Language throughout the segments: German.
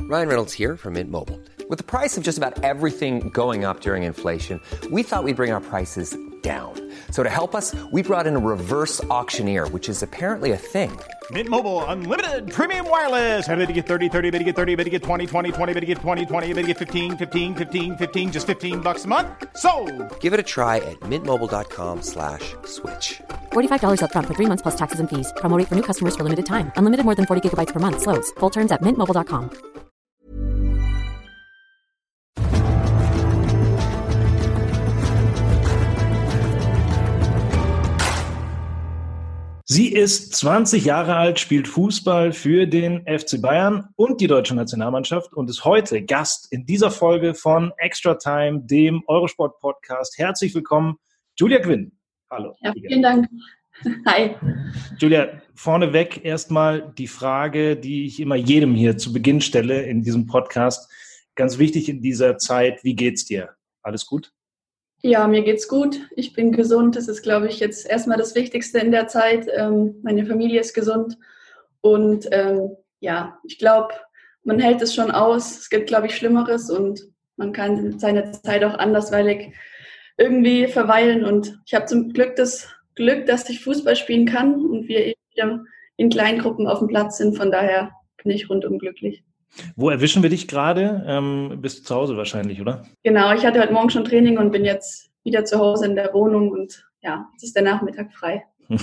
Ryan Reynolds here from Mint Mobile. With the price of just about everything going up during inflation, we thought we'd bring our prices down. So to help us, we brought in a reverse auctioneer, which is apparently a thing. Mint Mobile Unlimited Premium Wireless. How to get 30, 30, how to get 30, how to get 20, 20, 20, how to get 20, 20, how to get 15, 15, 15, 15, just $15 a month? Sold! Give it a try at mintmobile.com/switch. $45 up front for 3 months plus taxes and fees. Promo rate for new customers for limited time. Unlimited more than 40 gigabytes per month. Slows full terms at mintmobile.com. Sie ist 20 Jahre alt, spielt Fußball für den FC Bayern und die deutsche Nationalmannschaft und ist heute Gast in dieser Folge von Extra Time, dem Eurosport-Podcast. Herzlich willkommen, Julia Quinn. Hallo. Ja, vielen Dank. Hi. Julia, vorneweg erstmal die Frage, die ich immer jedem hier zu Beginn stelle in diesem Podcast. Ganz wichtig in dieser Zeit, wie geht's dir? Alles gut? Ja, mir geht's gut. Ich bin gesund. Das ist, glaube ich, jetzt erstmal das Wichtigste in der Zeit. Meine Familie ist gesund. Und ja, ich glaube, man hält es schon aus. Es gibt, glaube ich, Schlimmeres und man kann seine Zeit auch andersweilig irgendwie verweilen. Und ich habe zum Glück das Glück, dass ich Fußball spielen kann und wir eben wieder in Kleingruppen auf dem Platz sind. Von daher bin ich rundum glücklich. Wo erwischen wir dich gerade? Bist du zu Hause wahrscheinlich, oder? Genau, ich hatte heute Morgen schon Training und bin jetzt wieder zu Hause in der Wohnung und ja, jetzt ist der Nachmittag frei.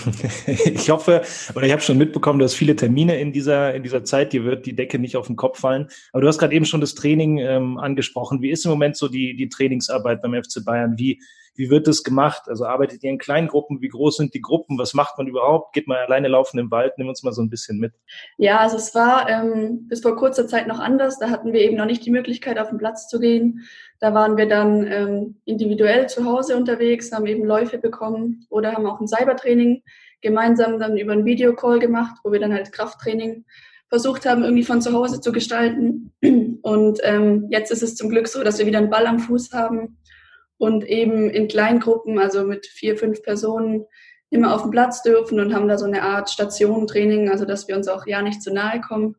Ich hoffe, oder ich habe schon mitbekommen, du hast viele Termine in dieser Zeit, dir wird die Decke nicht auf den Kopf fallen. Aber du hast gerade eben schon das Training angesprochen. Wie ist im Moment so die Trainingsarbeit beim FC Bayern? Wie wird das gemacht? Also arbeitet ihr in kleinen Gruppen? Wie groß sind die Gruppen? Was macht man überhaupt? Geht man alleine laufen im Wald? Nimm uns mal so ein bisschen mit. Ja, also es war bis vor kurzer Zeit noch anders. Da hatten wir eben noch nicht die Möglichkeit, auf den Platz zu gehen. Da waren wir dann individuell zu Hause unterwegs, haben eben Läufe bekommen oder haben auch ein Cybertraining gemeinsam dann über einen Videocall gemacht, wo wir dann halt Krafttraining versucht haben, irgendwie von zu Hause zu gestalten. Und jetzt ist es zum Glück so, dass wir wieder einen Ball am Fuß haben und eben in Kleingruppen, also mit 4, 5 Personen, immer auf den Platz dürfen und haben da so eine Art Stationentraining, also dass wir uns auch ja nicht zu nahe kommen,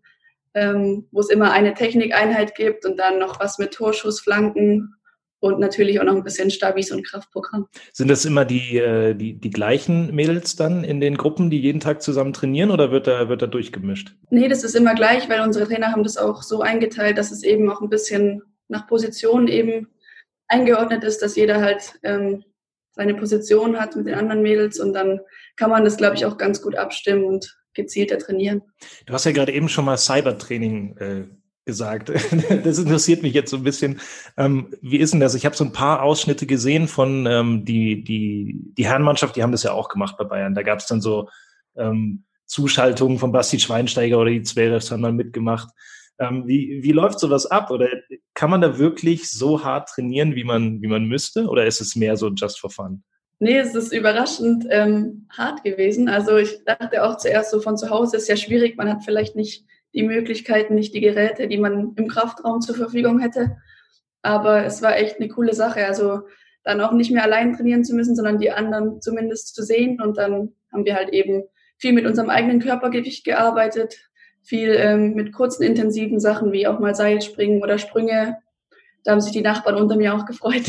wo es immer eine Technikeinheit gibt und dann noch was mit Torschuss, Flanken und natürlich auch noch ein bisschen Stabis und Kraftprogramm. Sind das immer die gleichen Mädels dann in den Gruppen, die jeden Tag zusammen trainieren oder wird da durchgemischt? Nee, das ist immer gleich, weil unsere Trainer haben das auch so eingeteilt, dass es eben auch ein bisschen nach Position eben eingeordnet ist, dass jeder halt seine Position hat mit den anderen Mädels und dann kann man das, glaube ich, auch ganz gut abstimmen und gezielter trainieren. Du hast ja gerade eben schon mal Cybertraining gesagt. Das interessiert mich jetzt so ein bisschen. Wie ist denn das? Ich habe so ein paar Ausschnitte gesehen von die Herrenmannschaft, die haben das ja auch gemacht bei Bayern. Da gab es dann so Zuschaltungen von Basti Schweinsteiger oder die Zverevs haben dann mitgemacht. Wie läuft sowas ab? Oder kann man da wirklich so hart trainieren, wie man müsste? Oder ist es mehr so just for fun? Nee, es ist überraschend hart gewesen. Also ich dachte auch zuerst so, von zu Hause ist ja schwierig. Man hat vielleicht nicht die Möglichkeiten, nicht die Geräte, die man im Kraftraum zur Verfügung hätte. Aber es war echt eine coole Sache. Also dann auch nicht mehr allein trainieren zu müssen, sondern die anderen zumindest zu sehen. Und dann haben wir halt eben viel mit unserem eigenen Körpergewicht gearbeitet, viel mit kurzen, intensiven Sachen wie auch mal Seilspringen oder Sprünge. Da haben sich die Nachbarn unter mir auch gefreut.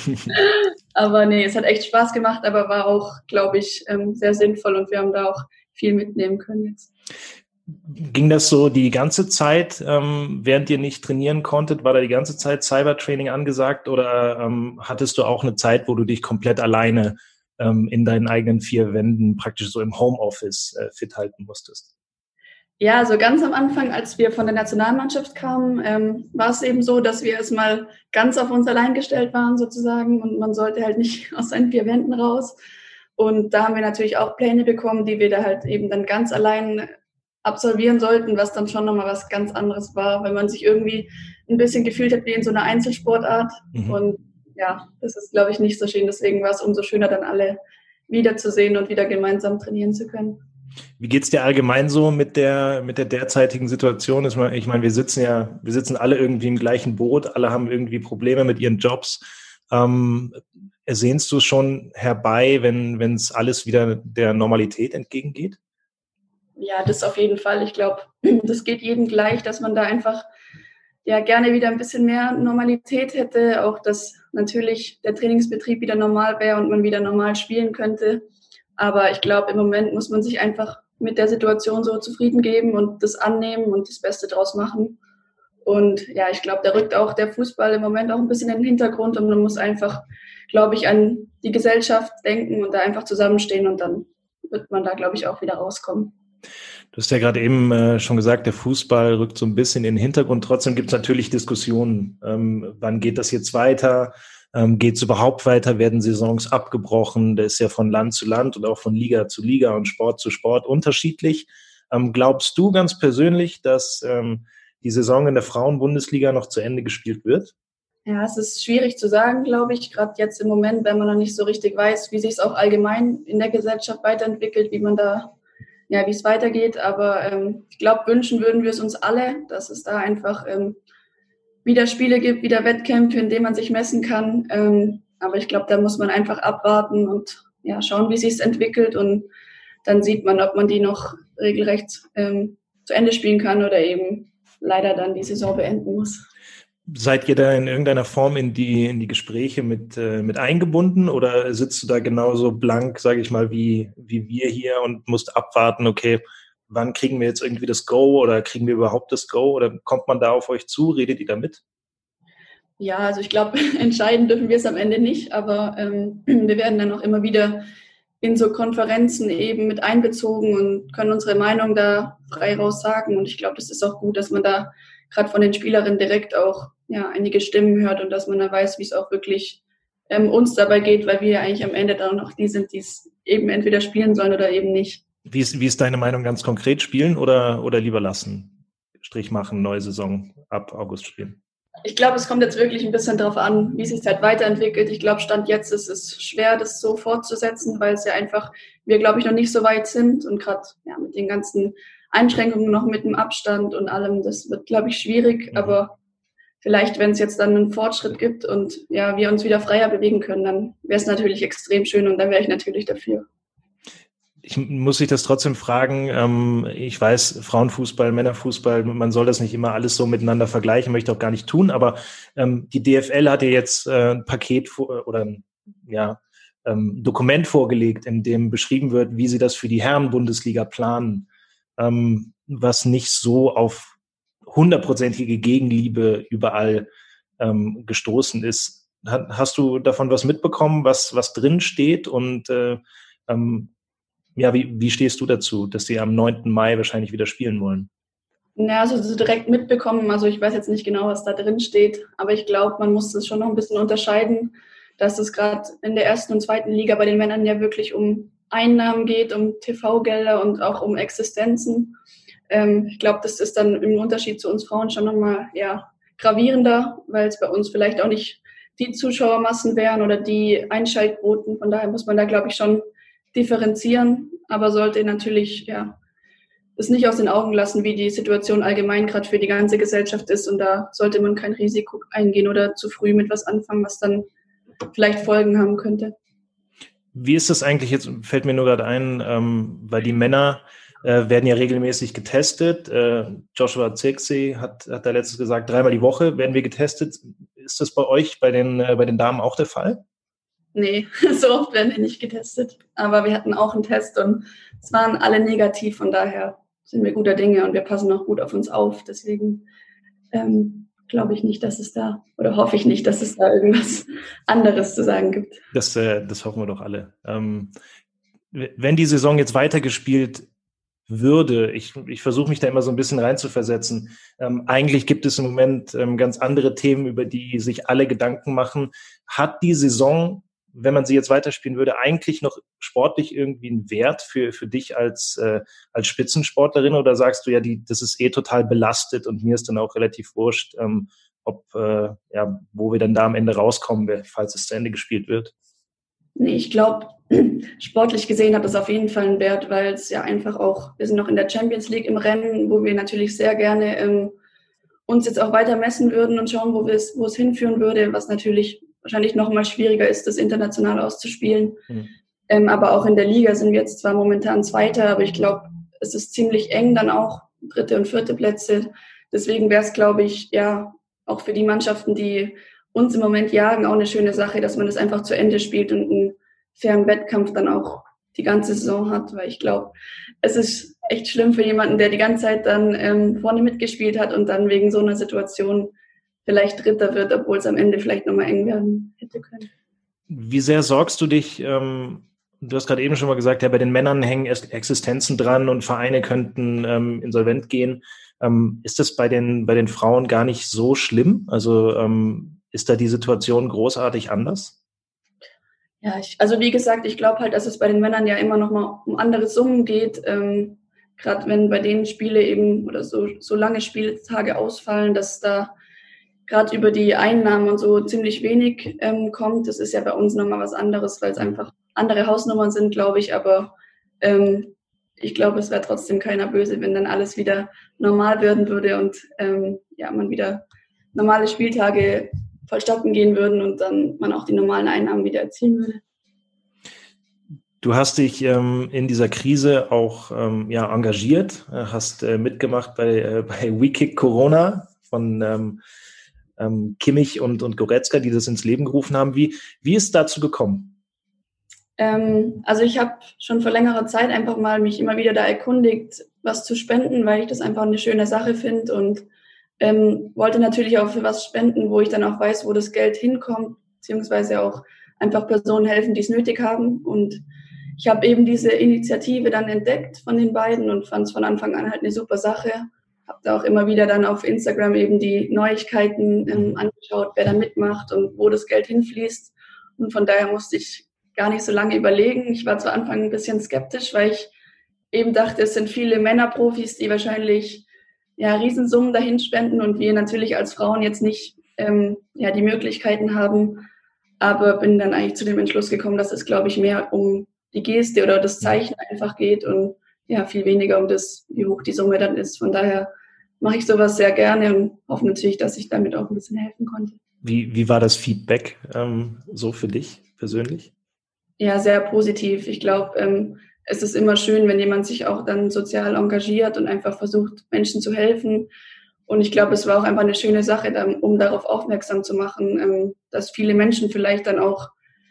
Aber nee, es hat echt Spaß gemacht, aber war auch, glaube ich, sehr sinnvoll und wir haben da auch viel mitnehmen können jetzt. Ging das so die ganze Zeit, während ihr nicht trainieren konntet? War da die ganze Zeit Cybertraining angesagt oder hattest du auch eine Zeit, wo du dich komplett alleine in deinen eigenen 4 Wänden praktisch so im Homeoffice fit halten musstest? Ja, also ganz am Anfang, als wir von der Nationalmannschaft kamen, war es eben so, dass wir erstmal ganz auf uns allein gestellt waren sozusagen und man sollte halt nicht aus seinen 4 Wänden raus. Und da haben wir natürlich auch Pläne bekommen, die wir da halt eben dann ganz allein absolvieren sollten, was dann schon nochmal was ganz anderes war, weil man sich irgendwie ein bisschen gefühlt hat wie in so einer Einzelsportart. Mhm. Und ja, das ist, glaube ich, nicht so schön. Deswegen war es umso schöner, dann alle wiederzusehen und wieder gemeinsam trainieren zu können. Wie geht's dir allgemein so mit der derzeitigen Situation? Ich meine, wir sitzen alle irgendwie im gleichen Boot, alle haben irgendwie Probleme mit ihren Jobs. Ersehnst du schon herbei, wenn es alles wieder der Normalität entgegengeht? Ja, das auf jeden Fall. Ich glaube, das geht jedem gleich, dass man da einfach ja gerne wieder ein bisschen mehr Normalität hätte, auch dass natürlich der Trainingsbetrieb wieder normal wäre und man wieder normal spielen könnte. Aber ich glaube, im Moment muss man sich einfach mit der Situation so zufrieden geben und das annehmen und das Beste draus machen. Und ja, ich glaube, da rückt auch der Fußball im Moment auch ein bisschen in den Hintergrund und man muss einfach, glaube ich, an die Gesellschaft denken und da einfach zusammenstehen und dann wird man da, glaube ich, auch wieder rauskommen. Du hast ja gerade eben schon gesagt, der Fußball rückt so ein bisschen in den Hintergrund. Trotzdem gibt es natürlich Diskussionen. Wann geht das jetzt weiter? Geht es überhaupt weiter? Werden Saisons abgebrochen? Das ist ja von Land zu Land und auch von Liga zu Liga und Sport zu Sport unterschiedlich. Glaubst du ganz persönlich, dass die Saison in der Frauenbundesliga noch zu Ende gespielt wird? Ja, es ist schwierig zu sagen, glaube ich, gerade jetzt im Moment, wenn man noch nicht so richtig weiß, wie sich es auch allgemein in der Gesellschaft weiterentwickelt, wie es weitergeht. Aber ich glaube, wünschen würden wir es uns alle, dass es da einfach wieder Spiele gibt, wieder Wettkämpfe, in denen man sich messen kann. Aber ich glaube, da muss man einfach abwarten und ja, schauen, wie es sich entwickelt. Und dann sieht man, ob man die noch regelrecht zu Ende spielen kann oder eben leider dann die Saison beenden muss. Seid ihr da in irgendeiner Form in die Gespräche mit eingebunden oder sitzt du da genauso blank, sage ich mal, wie wir hier und musst abwarten, okay, wann kriegen wir jetzt irgendwie das Go oder kriegen wir überhaupt das Go oder kommt man da auf euch zu, redet ihr da mit? Ja, also ich glaube, entscheiden dürfen wir es am Ende nicht, aber wir werden dann auch immer wieder in so Konferenzen eben mit einbezogen und können unsere Meinung da frei raus sagen und ich glaube, das ist auch gut, dass man da gerade von den Spielerinnen direkt auch einige Stimmen hört und dass man dann weiß, wie es auch wirklich uns dabei geht, weil wir ja eigentlich am Ende dann noch die sind, die es eben entweder spielen sollen oder eben nicht. Wie ist deine Meinung ganz konkret? Spielen oder lieber lassen? Strich machen, neue Saison ab August spielen? Ich glaube, es kommt jetzt wirklich ein bisschen darauf an, wie es sich halt weiterentwickelt. Ich glaube, Stand jetzt ist es schwer, das so fortzusetzen, weil es ja einfach, wir glaube ich noch nicht so weit sind und gerade mit den ganzen Einschränkungen noch mit dem Abstand und allem, das wird glaube ich schwierig, aber vielleicht, wenn es jetzt dann einen Fortschritt gibt und wir uns wieder freier bewegen können, dann wäre es natürlich extrem schön und dann wäre ich natürlich dafür. Ich muss dich das trotzdem fragen, ich weiß, Frauenfußball, Männerfußball, man soll das nicht immer alles so miteinander vergleichen, möchte auch gar nicht tun, aber die DFL hat ja jetzt ein Paket Dokument vorgelegt, in dem beschrieben wird, wie sie das für die Herren-Bundesliga planen, was nicht so auf 100%ige Gegenliebe überall gestoßen ist. Hast du davon was mitbekommen, was drin steht und wie stehst du dazu, dass sie am 9. Mai wahrscheinlich wieder spielen wollen? Ja, also so direkt mitbekommen, also ich weiß jetzt nicht genau, was da drin steht, aber ich glaube, man muss das schon noch ein bisschen unterscheiden, dass es gerade in der 1. und 2. Liga bei den Männern ja wirklich um Einnahmen geht, um TV-Gelder und auch um Existenzen. Ich glaube, das ist dann im Unterschied zu uns Frauen schon nochmal gravierender, weil es bei uns vielleicht auch nicht die Zuschauermassen wären oder die Einschaltquoten. Von daher muss man da, glaube ich, schon differenzieren, aber sollte natürlich das nicht aus den Augen lassen, wie die Situation allgemein gerade für die ganze Gesellschaft ist und da sollte man kein Risiko eingehen oder zu früh mit was anfangen, was dann vielleicht Folgen haben könnte. Wie ist das eigentlich jetzt, fällt mir nur gerade ein, weil die Männer werden ja regelmäßig getestet. Joshua Zirkzee hat da letztens gesagt, 3-mal die Woche werden wir getestet. Ist das bei euch, bei den Damen auch der Fall? Nee, so oft werden wir nicht getestet. Aber wir hatten auch einen Test und es waren alle negativ. Von daher sind wir guter Dinge und wir passen auch gut auf uns auf. Deswegen glaube ich nicht, dass es da, oder hoffe ich nicht, dass es da irgendwas anderes zu sagen gibt. Das hoffen wir doch alle. Wenn die Saison jetzt weitergespielt würde, ich versuche mich da immer so ein bisschen reinzuversetzen. Eigentlich gibt es im Moment ganz andere Themen, über die sich alle Gedanken machen. Hat die Saison, wenn man sie jetzt weiterspielen würde, eigentlich noch sportlich irgendwie einen Wert für dich als Spitzensportlerin oder sagst du das ist total belastet und mir ist dann auch relativ wurscht, wo wir dann da am Ende rauskommen, falls es zu Ende gespielt wird? Nee, ich glaube, sportlich gesehen hat das auf jeden Fall einen Wert, weil es ja einfach auch, wir sind noch in der Champions League im Rennen, wo wir natürlich sehr gerne uns jetzt auch weiter messen würden und schauen, wo es hinführen würde, was natürlich wahrscheinlich noch mal schwieriger ist, das international auszuspielen. Aber auch in der Liga sind wir jetzt zwar momentan Zweiter, aber ich glaube, es ist ziemlich eng dann auch, 3. und 4. Plätze. Deswegen wäre es, glaube ich, auch für die Mannschaften, die uns im Moment jagen, auch eine schöne Sache, dass man das einfach zu Ende spielt und einen fairen Wettkampf dann auch die ganze Saison hat, weil ich glaube, es ist echt schlimm für jemanden, der die ganze Zeit dann vorne mitgespielt hat und dann wegen so einer Situation vielleicht Dritter wird, obwohl es am Ende vielleicht nochmal eng werden hätte können. Wie sehr sorgst du dich, du hast gerade eben schon mal gesagt, ja, bei den Männern hängen Existenzen dran und Vereine könnten insolvent gehen. Ist das bei den Frauen gar nicht so schlimm? Also ist da die Situation großartig anders? Ja, also wie gesagt, ich glaube halt, dass es bei den Männern ja immer noch mal um andere Summen geht. Gerade wenn bei denen Spiele eben oder so lange Spieltage ausfallen, dass da gerade über die Einnahmen und so ziemlich wenig kommt. Das ist ja bei uns nochmal was anderes, weil es einfach andere Hausnummern sind, glaube ich. Aber ich glaube, es wäre trotzdem keiner böse, wenn dann alles wieder normal werden würde und man wieder normale Spieltage vollstatten gehen würden und dann man auch die normalen Einnahmen wieder erzielen würde. Du hast dich in dieser Krise auch engagiert, hast mitgemacht bei WeKick Corona von Kimmich und Goretzka, die das ins Leben gerufen haben. Wie ist es dazu gekommen? Also ich habe schon vor längerer Zeit einfach mal mich immer wieder da erkundigt, was zu spenden, weil ich das einfach eine schöne Sache finde und wollte natürlich auch für was spenden, wo ich dann auch weiß, wo das Geld hinkommt, beziehungsweise auch einfach Personen helfen, die es nötig haben. Und ich habe eben diese Initiative dann entdeckt von den beiden und fand es von Anfang an halt eine super Sache. Habe da auch immer wieder dann auf Instagram eben die Neuigkeiten angeschaut, wer da mitmacht und wo das Geld hinfließt. Und von daher musste ich gar nicht so lange überlegen. Ich war zu Anfang ein bisschen skeptisch, weil ich eben dachte, es sind viele Männerprofis, die wahrscheinlich Riesensummen dahin spenden und wir natürlich als Frauen jetzt nicht die Möglichkeiten haben. Aber bin dann eigentlich zu dem Entschluss gekommen, dass es, glaube ich, mehr um die Geste oder das Zeichen einfach geht und viel weniger um das, wie hoch die Summe dann ist. Von daher mache ich sowas sehr gerne und hoffe natürlich, dass ich damit auch ein bisschen helfen konnte. Wie war das Feedback so für dich persönlich? Ja, sehr positiv. Ich glaube, es ist immer schön, wenn jemand sich auch dann sozial engagiert und einfach versucht, Menschen zu helfen. Und ich glaube, es war auch einfach eine schöne Sache, um darauf aufmerksam zu machen, dass viele Menschen vielleicht dann auch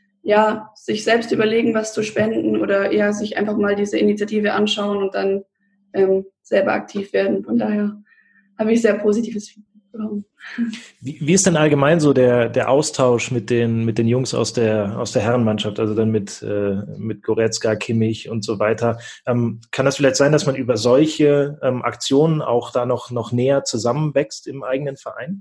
sich selbst überlegen, was zu spenden oder sich einfach mal diese Initiative anschauen und dann selber aktiv werden. Von daher habe ich sehr positives Feedback bekommen. Wie ist denn allgemein so der Austausch mit den Jungs aus der Herrenmannschaft, also dann mit Goretzka, Kimmich und so weiter? Kann das vielleicht sein, dass man über solche Aktionen auch da noch näher zusammenwächst im eigenen Verein?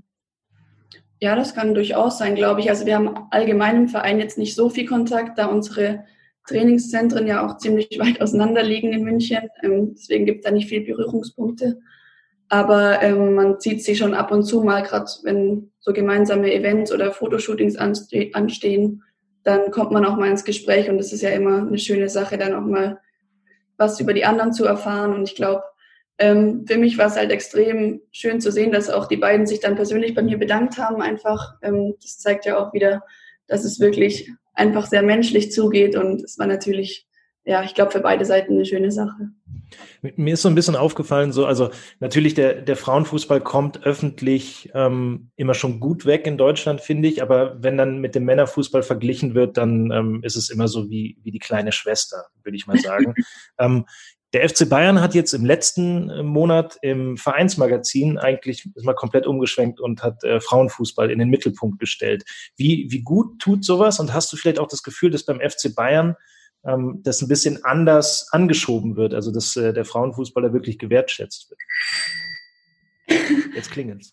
Ja, das kann durchaus sein, glaube ich. Also wir haben allgemein im Verein jetzt nicht so viel Kontakt, da unsere Trainingszentren ja auch ziemlich weit auseinander liegen in München. Deswegen gibt es da nicht viele Berührungspunkte. Aber man sieht sich schon ab und zu mal, gerade wenn so gemeinsame Events oder Fotoshootings anstehen, dann kommt man auch mal ins Gespräch und es ist ja immer eine schöne Sache, dann auch mal was über die anderen zu erfahren. Und ich glaube, für mich war es halt extrem schön zu sehen, dass auch die beiden sich dann persönlich bei mir bedankt haben einfach. Das zeigt ja auch wieder, dass es wirklich einfach sehr menschlich zugeht und es war natürlich, ich glaube, für beide Seiten eine schöne Sache. Mir ist so ein bisschen aufgefallen, also natürlich der Frauenfußball kommt öffentlich immer schon gut weg in Deutschland, finde ich, aber wenn dann mit dem Männerfußball verglichen wird, dann ist es immer so wie die kleine Schwester, würde ich mal sagen. Der FC Bayern hat jetzt im letzten Monat im Vereinsmagazin eigentlich mal komplett umgeschwenkt und hat Frauenfußball in den Mittelpunkt gestellt. Wie gut tut sowas und hast du vielleicht auch das Gefühl, dass beim FC Bayern das ein bisschen anders angeschoben wird, also dass der Frauenfußballer wirklich gewertschätzt wird? Jetzt klingelt's.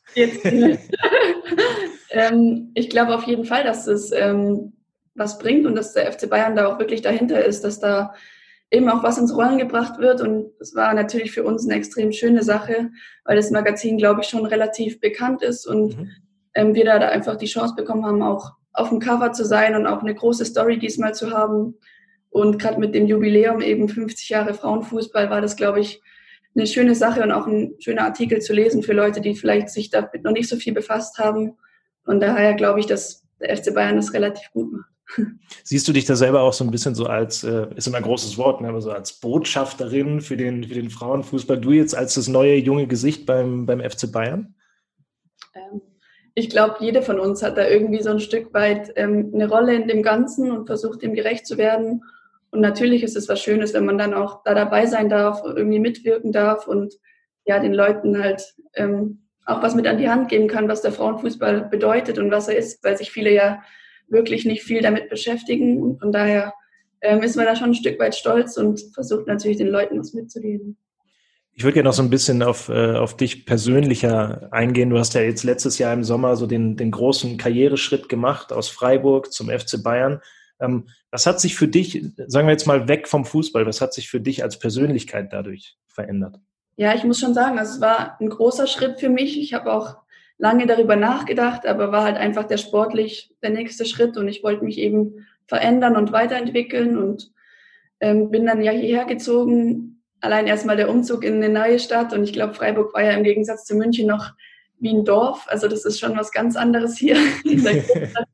Ich glaube auf jeden Fall, dass es was bringt und dass der FC Bayern da auch wirklich dahinter ist, dass da eben auch was ins Rollen gebracht wird. Und das war natürlich für uns eine extrem schöne Sache, weil das Magazin, glaube ich, schon relativ bekannt ist und wir da einfach die Chance bekommen haben, auch auf dem Cover zu sein und auch eine große Story diesmal zu haben. Und gerade mit dem Jubiläum eben 50 Jahre Frauenfußball war das, glaube ich, eine schöne Sache und auch ein schöner Artikel zu lesen für Leute, die vielleicht sich damit noch nicht so viel befasst haben. Von daher glaube ich, dass der FC Bayern das relativ gut macht. Siehst du dich da selber auch so ein bisschen so als, ist immer ein großes Wort, ne, aber so als Botschafterin für den Frauenfußball, du jetzt als das neue junge Gesicht beim FC Bayern? ich glaube, jede von uns hat da irgendwie so ein Stück weit eine Rolle in dem Ganzen und versucht, dem gerecht zu werden. Und natürlich ist es was Schönes, wenn man dann auch da dabei sein darf, irgendwie mitwirken darf und ja, den Leuten halt auch was mit an die Hand geben kann, was der Frauenfußball bedeutet und was er ist, weil sich viele ja wirklich nicht viel damit beschäftigen. Und von daher ist man da schon ein Stück weit stolz und versucht natürlich den Leuten was mitzugeben. Ich würde gerne noch so ein bisschen auf dich persönlicher eingehen. Du hast ja jetzt letztes Jahr im Sommer so den großen Karriereschritt gemacht aus Freiburg zum FC Bayern. Was hat sich für dich, sagen wir jetzt mal weg vom Fußball, was hat sich für dich als Persönlichkeit dadurch verändert? Ja, ich muss schon sagen, also es war ein großer Schritt für mich. Ich habe auch lange darüber nachgedacht, aber war halt einfach sportlich der nächste Schritt und ich wollte mich eben verändern und weiterentwickeln und bin dann ja hierher gezogen. Allein erstmal der Umzug in eine neue Stadt und ich glaube, Freiburg war ja im Gegensatz zu München noch wie ein Dorf. Also das ist schon was ganz anderes hier in der Großstadt.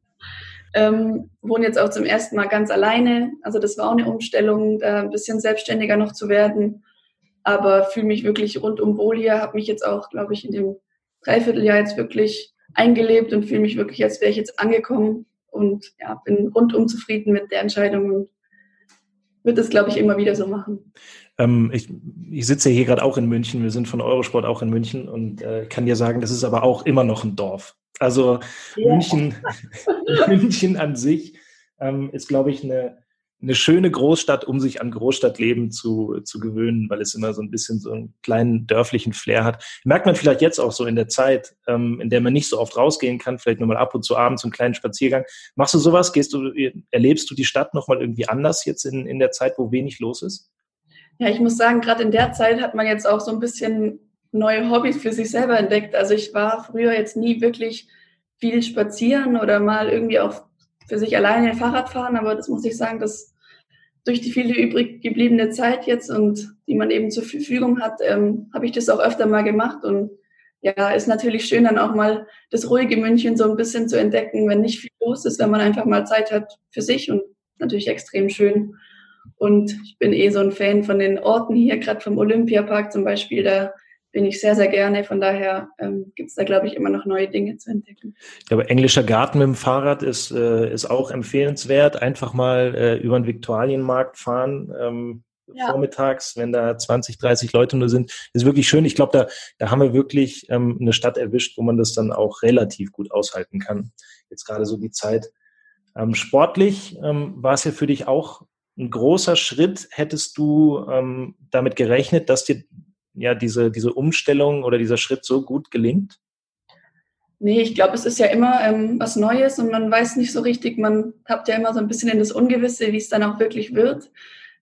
Wohne jetzt auch zum ersten Mal ganz alleine. Also das war auch eine Umstellung, da ein bisschen selbstständiger noch zu werden. Aber fühle mich wirklich rundum wohl hier. Habe mich jetzt auch, glaube ich, in dem Dreivierteljahr jetzt wirklich eingelebt und fühle mich wirklich, als wäre ich jetzt angekommen. Und ja, bin rundum zufrieden mit der Entscheidung und würde es, glaube ich, immer wieder so machen. Ich sitze ja hier gerade auch in München. Wir sind von Eurosport auch in München und kann dir sagen, das ist aber auch immer noch ein Dorf. Also ja. München an sich ist, glaube ich, eine schöne Großstadt, um sich an Großstadtleben zu gewöhnen, weil es immer so ein bisschen so einen kleinen dörflichen Flair hat. Merkt man vielleicht jetzt auch so in der Zeit, in der man nicht so oft rausgehen kann, vielleicht nur mal ab und zu abends einen kleinen Spaziergang. Machst du sowas? Erlebst du die Stadt nochmal irgendwie anders jetzt in der Zeit, wo wenig los ist? Ja, ich muss sagen, gerade in der Zeit hat man jetzt auch so ein bisschen neue Hobbys für sich selber entdeckt. Also ich war früher jetzt nie wirklich viel spazieren oder mal irgendwie auch für sich alleine Fahrrad fahren, aber das muss ich sagen, dass durch die viele übrig gebliebene Zeit jetzt und die man eben zur Verfügung hat, habe ich das auch öfter mal gemacht und ja, ist natürlich schön, dann auch mal das ruhige München so ein bisschen zu entdecken, wenn nicht viel los ist, wenn man einfach mal Zeit hat für sich und natürlich extrem schön. Und ich bin so ein Fan von den Orten hier, gerade vom Olympiapark zum Beispiel, da bin ich sehr, sehr gerne. Von daher gibt es da, glaube ich, immer noch neue Dinge zu entdecken. Ich glaube, Englischer Garten mit dem Fahrrad ist auch empfehlenswert. Einfach mal über den Viktualienmarkt fahren, vormittags, wenn da 20, 30 Leute nur sind. Ist wirklich schön. Ich glaube, da haben wir wirklich eine Stadt erwischt, wo man das dann auch relativ gut aushalten kann. Jetzt gerade so die Zeit. Sportlich war es ja für dich auch ein großer Schritt. Hättest du damit gerechnet, dass dir ja diese Umstellung oder dieser Schritt so gut gelingt? Nee, ich glaube, es ist ja immer was Neues und man weiß nicht so richtig, man tappt ja immer so ein bisschen in das Ungewisse, wie es dann auch wirklich wird.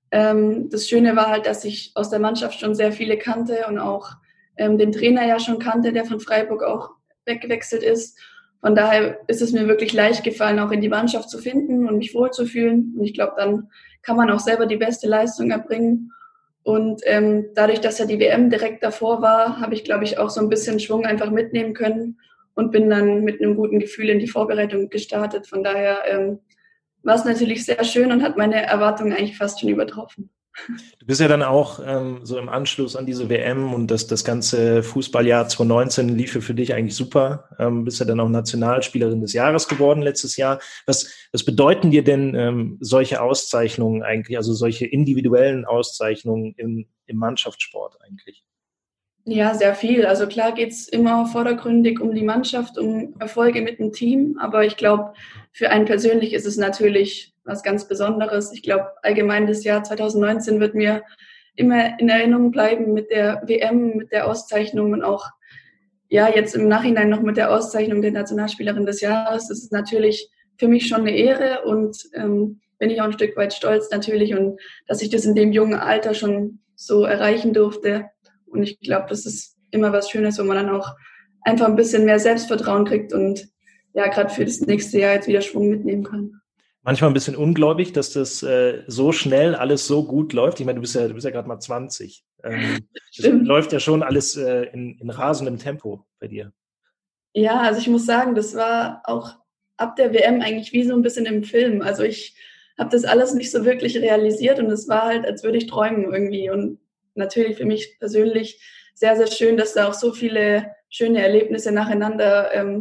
Das Schöne war halt, dass ich aus der Mannschaft schon sehr viele kannte und auch den Trainer ja schon kannte, der von Freiburg auch weggewechselt ist. Von daher ist es mir wirklich leicht gefallen, auch in die Mannschaft zu finden und mich wohlzufühlen. Und ich glaube, dann kann man auch selber die beste Leistung erbringen. Und dadurch, dass ja die WM direkt davor war, habe ich, glaube ich, auch so ein bisschen Schwung einfach mitnehmen können und bin dann mit einem guten Gefühl in die Vorbereitung gestartet. Von daher war es natürlich sehr schön und hat meine Erwartungen eigentlich fast schon übertroffen. Du bist ja dann auch so im Anschluss an diese WM und das ganze Fußballjahr 2019 lief für dich eigentlich super. Bist ja dann auch Nationalspielerin des Jahres geworden letztes Jahr. Was bedeuten dir denn solche Auszeichnungen eigentlich, also solche individuellen Auszeichnungen im Mannschaftssport eigentlich? Ja, sehr viel. Also klar geht's immer vordergründig um die Mannschaft, um Erfolge mit dem Team. Aber ich glaube, für einen persönlich ist es natürlich was ganz Besonderes. Ich glaube, allgemein das Jahr 2019 wird mir immer in Erinnerung bleiben mit der WM, mit der Auszeichnung und auch ja jetzt im Nachhinein noch mit der Auszeichnung der Nationalspielerin des Jahres. Das ist natürlich für mich schon eine Ehre und bin ich auch ein Stück weit stolz natürlich und dass ich das in dem jungen Alter schon so erreichen durfte. Und ich glaube, das ist immer was Schönes, wo man dann auch einfach ein bisschen mehr Selbstvertrauen kriegt und ja, gerade für das nächste Jahr jetzt wieder Schwung mitnehmen kann. Manchmal ein bisschen ungläubig, dass das so schnell alles so gut läuft. Ich meine, du bist ja gerade mal 20. Das läuft ja schon alles in rasendem Tempo bei dir. Ja, also ich muss sagen, das war auch ab der WM eigentlich wie so ein bisschen im Film. Also ich habe das alles nicht so wirklich realisiert und es war halt, als würde ich träumen irgendwie. Und natürlich für mich persönlich sehr, sehr schön, dass da auch so viele schöne Erlebnisse nacheinander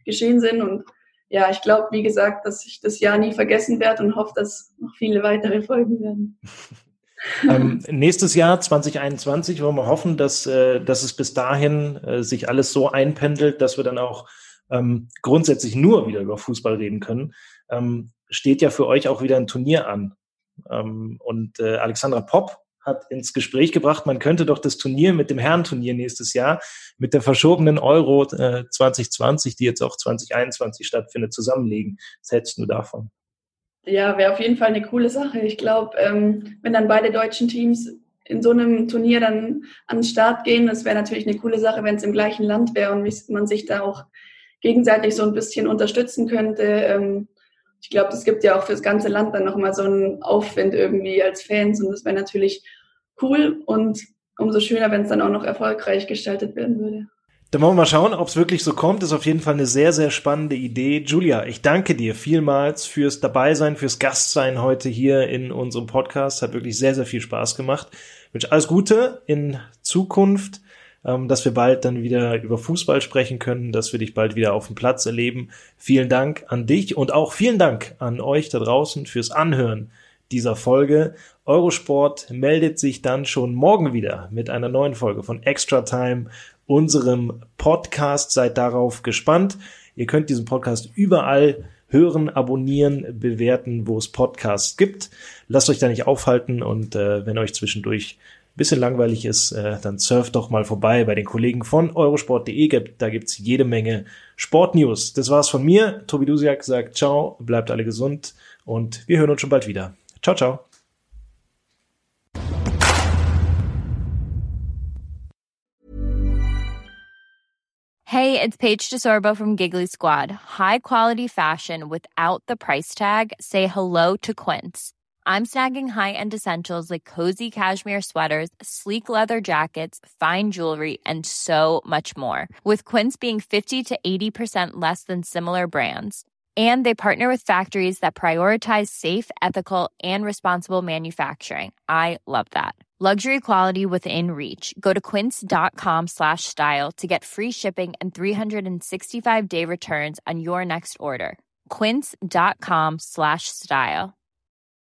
geschehen sind. Und ja, ich glaube, wie gesagt, dass ich das Jahr nie vergessen werde und hoffe, dass noch viele weitere folgen werden. Nächstes Jahr 2021 wollen wir hoffen, dass es bis dahin sich alles so einpendelt, dass wir dann auch grundsätzlich nur wieder über Fußball reden können. Steht ja für euch auch wieder ein Turnier an. Und Alexandra Popp hat ins Gespräch gebracht, man könnte doch das Turnier mit dem Herrenturnier nächstes Jahr mit der verschobenen Euro 2020, die jetzt auch 2021 stattfindet, zusammenlegen. Was hältst du davon? Ja, wäre auf jeden Fall eine coole Sache. Ich glaube, wenn dann beide deutschen Teams in so einem Turnier dann an den Start gehen, das wäre natürlich eine coole Sache, wenn es im gleichen Land wäre und man sich da auch gegenseitig so ein bisschen unterstützen könnte. Ich glaube, das gibt ja auch für das ganze Land dann nochmal so einen Aufwind irgendwie als Fans und das wäre natürlich cool und umso schöner, wenn es dann auch noch erfolgreich gestaltet werden würde. Dann wollen wir mal schauen, ob es wirklich so kommt. Das ist auf jeden Fall eine sehr, sehr spannende Idee. Julia, ich danke dir vielmals fürs Dabeisein, fürs Gastsein heute hier in unserem Podcast. Hat wirklich sehr, sehr viel Spaß gemacht. Ich wünsche alles Gute in Zukunft, dass wir bald dann wieder über Fußball sprechen können, dass wir dich bald wieder auf dem Platz erleben. Vielen Dank an dich und auch vielen Dank an euch da draußen fürs Anhören dieser Folge. Eurosport meldet sich dann schon morgen wieder mit einer neuen Folge von Extra Time, unserem Podcast. Seid darauf gespannt. Ihr könnt diesen Podcast überall hören, abonnieren, bewerten, wo es Podcasts gibt. Lasst euch da nicht aufhalten und wenn euch zwischendurch ein bisschen langweilig ist, dann surft doch mal vorbei bei den Kollegen von eurosport.de. Da gibt's jede Menge Sportnews. Das war's von mir. Tobi Dusiak sagt ciao, bleibt alle gesund und wir hören uns schon bald wieder. Ciao, ciao. Hey, it's Paige DeSorbo from Giggly Squad. High quality fashion without the price tag. Say hello to Quince. I'm snagging high-end essentials like cozy cashmere sweaters, sleek leather jackets, fine jewelry, and so much more. With Quince being 50 to 80% less than similar brands. And they partner with factories that prioritize safe, ethical, and responsible manufacturing. I love that. Luxury quality within reach. Go to quince.com/style to get free shipping and 365-day returns on your next order. Quince.com/style.